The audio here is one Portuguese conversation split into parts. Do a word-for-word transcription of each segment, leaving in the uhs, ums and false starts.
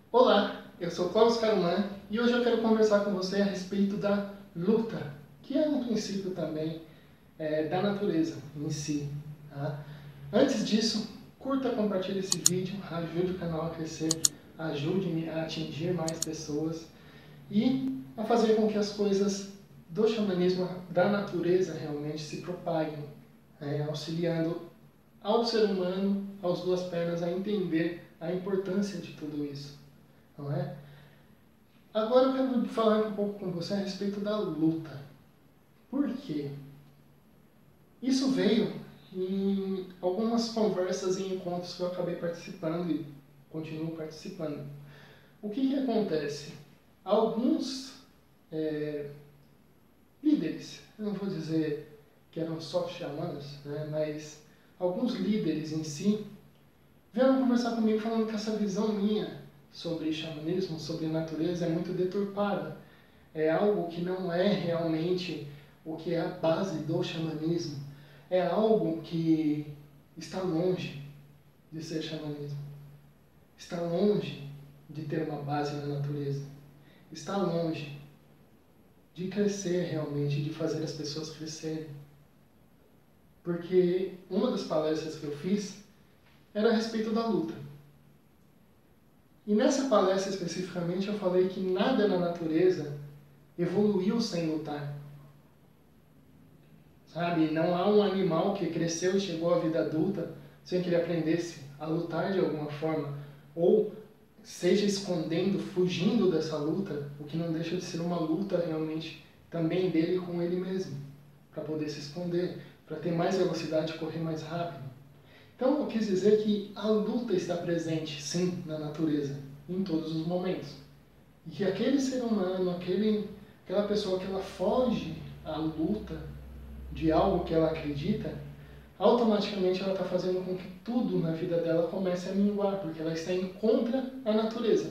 Olá, eu sou Cláudio Caruman e hoje eu quero conversar com você a respeito da luta, que é um princípio também é, da natureza em si. Tá? Antes disso, curta, compartilhe esse vídeo, ajude o canal a crescer, ajude-me a atingir mais pessoas e a fazer com que as coisas do xamanismo, da natureza realmente se propaguem, né? Auxiliando ao ser humano, aos duas pernas, a entender a importância de tudo isso. Não é? Agora eu quero falar um pouco com você a respeito da luta. Por quê? Isso veio em algumas conversas e encontros que eu acabei participando e continuo participando. O que, que acontece? Alguns é, líderes, eu não vou dizer que eram só xamãs, né, mas alguns líderes em si vieram conversar comigo falando que essa visão minha sobre xamanismo, sobre natureza, é muito deturpada. É algo que não é realmente o que é a base do xamanismo. É algo que está longe de ser xamanismo. Está longe de ter uma base na natureza. Está longe de crescer realmente, de fazer as pessoas crescerem. Porque uma das palestras que eu fiz era a respeito da luta. E nessa palestra especificamente eu falei que nada na natureza evoluiu sem lutar. Sabe, não há um animal que cresceu e chegou à vida adulta sem que ele aprendesse a lutar de alguma forma, ou seja escondendo, fugindo dessa luta, o que não deixa de ser uma luta realmente também dele com ele mesmo, para poder se esconder, para ter mais velocidade e correr mais rápido. Então eu quis dizer que a luta está presente, sim, na natureza, em todos os momentos. E que aquele ser humano, aquele, aquela pessoa que ela foge à luta de algo que ela acredita, automaticamente ela está fazendo com que tudo na vida dela comece a minguar, porque ela está indo contra a natureza.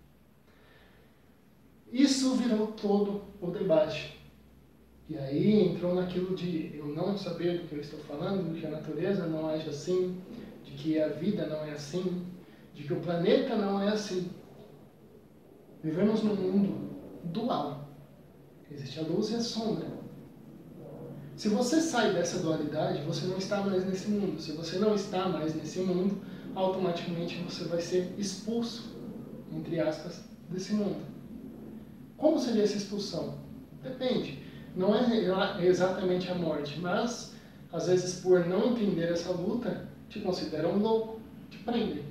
Isso virou todo o debate. E aí entrou naquilo de eu não saber do que eu estou falando, de que a natureza não age assim, de que a vida não é assim, de que o planeta não é assim. Vivemos num mundo dual. Existe a luz e a sombra. Se você sai dessa dualidade, você não está mais nesse mundo. Se você não está mais nesse mundo, automaticamente você vai ser expulso, entre aspas, desse mundo. Como seria essa expulsão? Depende. Não é exatamente a morte, mas, às vezes, por não entender essa luta, te consideram louco, te prendem.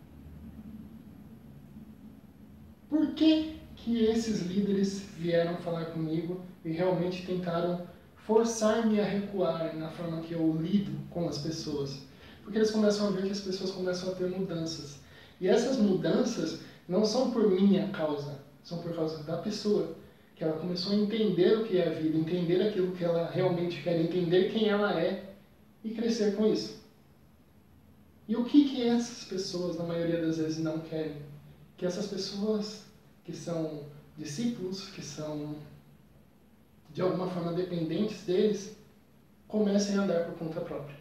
Por que que esses líderes vieram falar comigo e realmente tentaram forçar-me a recuar na forma que eu lido com as pessoas? Porque eles começam a ver que as pessoas começam a ter mudanças. E essas mudanças não são por minha causa, são por causa da pessoa. Que ela começou a entender o que é a vida, entender aquilo que ela realmente quer, entender quem ela é e crescer com isso. E o que que essas pessoas, na maioria das vezes, não querem? Que essas pessoas que são discípulos, que são de alguma forma dependentes deles, comecem a andar por conta própria.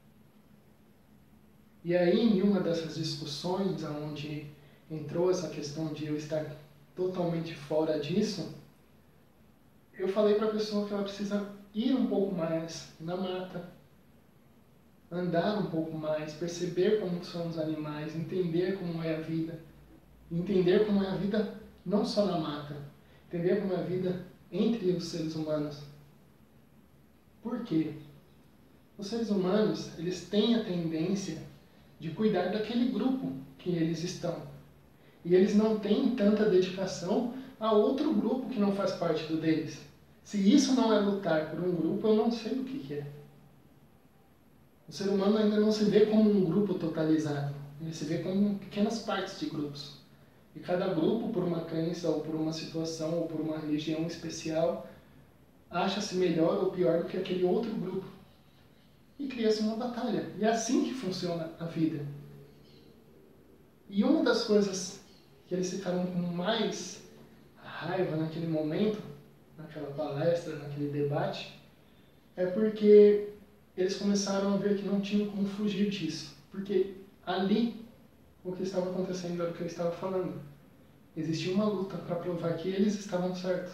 E aí, em uma dessas discussões, onde entrou essa questão de eu estar totalmente fora disso, eu falei para a pessoa que ela precisa ir um pouco mais na mata, andar um pouco mais, perceber como são os animais, entender como é a vida, entender como é a vida não só na mata, entender como é a vida entre os seres humanos. Por quê? Os seres humanos, eles têm a tendência de cuidar daquele grupo que eles estão. E eles não têm tanta dedicação a outro grupo que não faz parte do deles. Se isso não é lutar por um grupo, eu não sei o que que é. O ser humano ainda não se vê como um grupo totalizado. Ele se vê como pequenas partes de grupos. E cada grupo, por uma crença, ou por uma situação, ou por uma religião especial, acha-se melhor ou pior do que aquele outro grupo. E cria-se uma batalha. E é assim que funciona a vida. E uma das coisas que eles ficaram com mais raiva naquele momento, naquela palestra, naquele debate, é porque eles começaram a ver que não tinham como fugir disso. Porque ali o que estava acontecendo era o que eu estava falando. Existia uma luta para provar que eles estavam certos.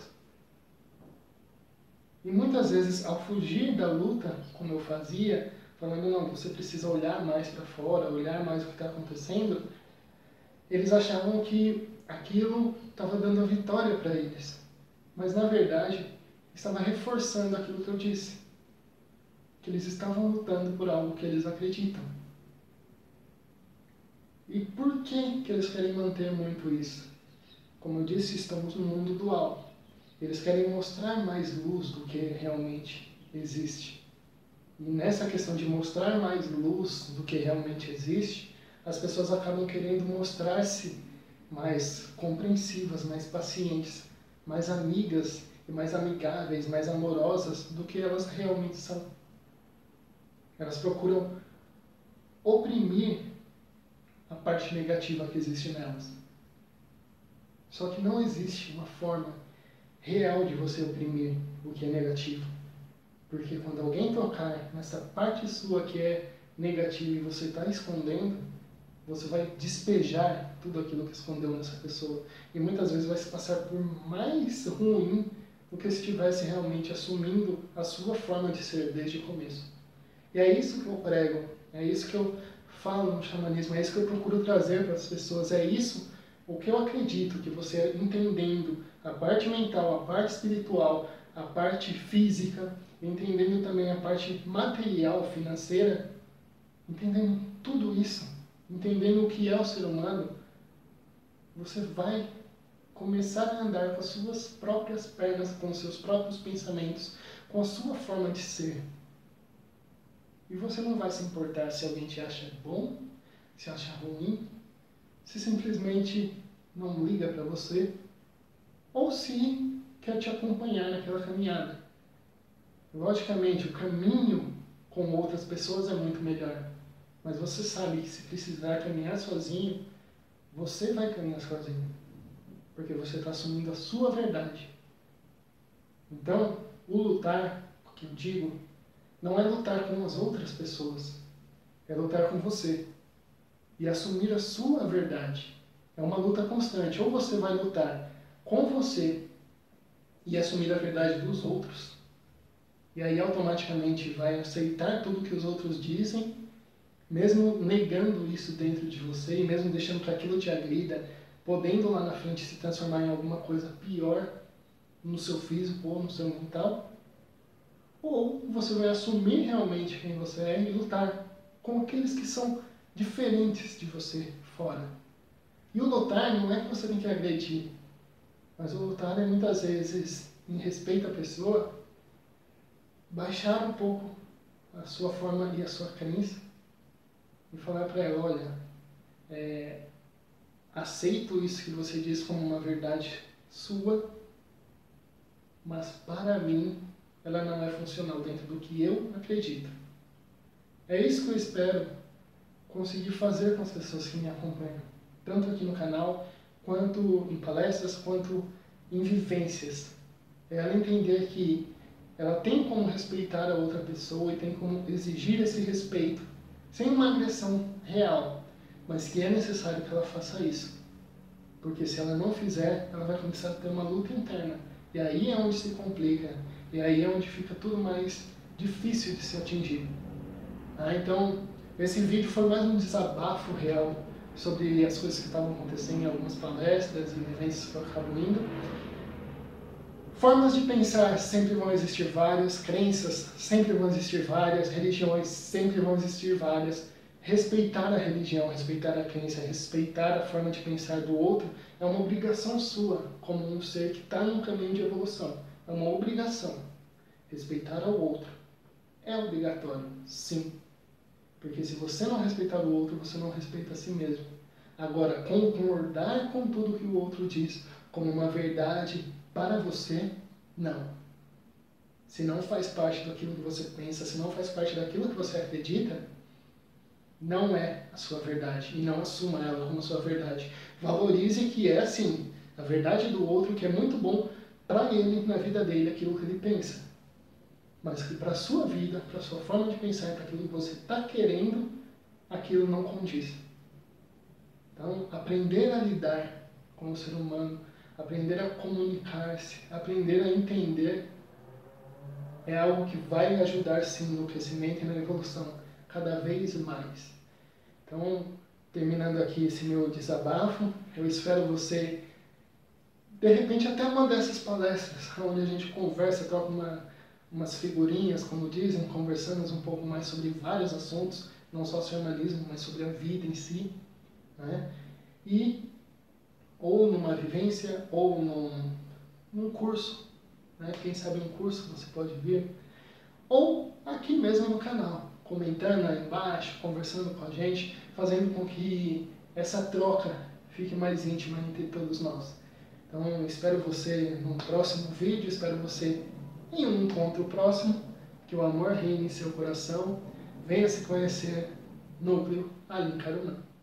E muitas vezes, ao fugir da luta, como eu fazia, falando, não, você precisa olhar mais para fora, olhar mais o que está acontecendo, eles achavam que aquilo estava dando a vitória para eles. Mas, na verdade, estava reforçando aquilo que eu disse. Que eles estavam lutando por algo que eles acreditam. E por que, que eles querem manter muito isso? Como eu disse, estamos no mundo dual. Eles querem mostrar mais luz do que realmente existe. E nessa questão de mostrar mais luz do que realmente existe, as pessoas acabam querendo mostrar-se mais compreensivas, mais pacientes, mais amigas e mais amigáveis, mais amorosas do que elas realmente são. Elas procuram oprimir a parte negativa que existe nelas. Só que não existe uma forma real de você oprimir o que é negativo. Porque quando alguém tocar nessa parte sua que é negativa e você está escondendo, você vai despejar tudo aquilo que escondeu nessa pessoa. E muitas vezes vai se passar por mais ruim do que se estivesse realmente assumindo a sua forma de ser desde o começo. E é isso que eu prego, é isso que eu falo no xamanismo, é isso que eu procuro trazer para as pessoas, é isso o que eu acredito, que você entendendo a parte mental, a parte espiritual, a parte física, entendendo também a parte material, financeira, entendendo tudo isso, entendendo o que é o ser humano, você vai começar a andar com as suas próprias pernas, com os seus próprios pensamentos, com a sua forma de ser. E você não vai se importar se alguém te acha bom, se acha ruim, se simplesmente não liga para você, ou se quer te acompanhar naquela caminhada. Logicamente, o caminho com outras pessoas é muito melhor, mas você sabe que se precisar caminhar sozinho, você vai caminhar sozinho, porque você está assumindo a sua verdade. Então, o lutar, o que eu digo, não é lutar com as outras pessoas, é lutar com você e assumir a sua verdade. É uma luta constante. Ou você vai lutar com você e assumir a verdade dos outros, e aí automaticamente vai aceitar tudo que os outros dizem, mesmo negando isso dentro de você e mesmo deixando que aquilo te agrida, podendo lá na frente se transformar em alguma coisa pior no seu físico ou no seu mental. Ou você vai assumir realmente quem você é e lutar com aqueles que são diferentes de você fora. E o lutar não é que você tem que agredir, mas o lutar é muitas vezes, em respeito à pessoa, baixar um pouco a sua forma e a sua crença e falar para ela, olha, é, aceito isso que você diz como uma verdade sua, mas para mim ela não é funcional dentro do que eu acredito. É isso que eu espero conseguir fazer com as pessoas que me acompanham, tanto aqui no canal, quanto em palestras, quanto em vivências. É ela entender que ela tem como respeitar a outra pessoa e tem como exigir esse respeito, sem uma agressão real, mas que é necessário que ela faça isso. Porque se ela não fizer, ela vai começar a ter uma luta interna. E aí é onde se complica. E aí é onde fica tudo mais difícil de se atingir. Ah, então, esse vídeo foi mais um desabafo real sobre as coisas que estavam acontecendo em algumas palestras e vivências que eu acabo indo. Formas de pensar sempre vão existir várias, crenças sempre vão existir várias, religiões sempre vão existir várias. Respeitar a religião, respeitar a crença, respeitar a forma de pensar do outro é uma obrigação sua, como um ser que está num caminho de evolução. É uma obrigação. Respeitar ao outro é obrigatório, sim. Porque se você não respeitar o outro, você não respeita a si mesmo. Agora, concordar com tudo que o outro diz como uma verdade para você, não. Se não faz parte daquilo que você pensa, se não faz parte daquilo que você acredita, não é a sua verdade. E não assuma ela como a sua verdade. Valorize que é, sim, a verdade do outro, que é muito bom para ele, na vida dele, aquilo que ele pensa. Mas que para a sua vida, para a sua forma de pensar, para aquilo que você está querendo, aquilo não condiz. Então, aprender a lidar com o ser humano, aprender a comunicar-se, aprender a entender, é algo que vai ajudar sim no crescimento e na evolução cada vez mais. Então, terminando aqui esse meu desabafo, eu espero você, de repente, até uma dessas palestras, onde a gente conversa, troca uma, umas figurinhas, como dizem, conversamos um pouco mais sobre vários assuntos, não só sobre jornalismo, mas sobre a vida em si, né? E, ou numa vivência, ou num, num curso, né? Quem sabe um curso você pode vir, ou aqui mesmo no canal, comentando aí embaixo, conversando com a gente, fazendo com que essa troca fique mais íntima entre todos nós. Então, espero você no próximo vídeo, espero você em um encontro próximo, que o amor reine em seu coração, venha se conhecer Núcleo Alim Karunã.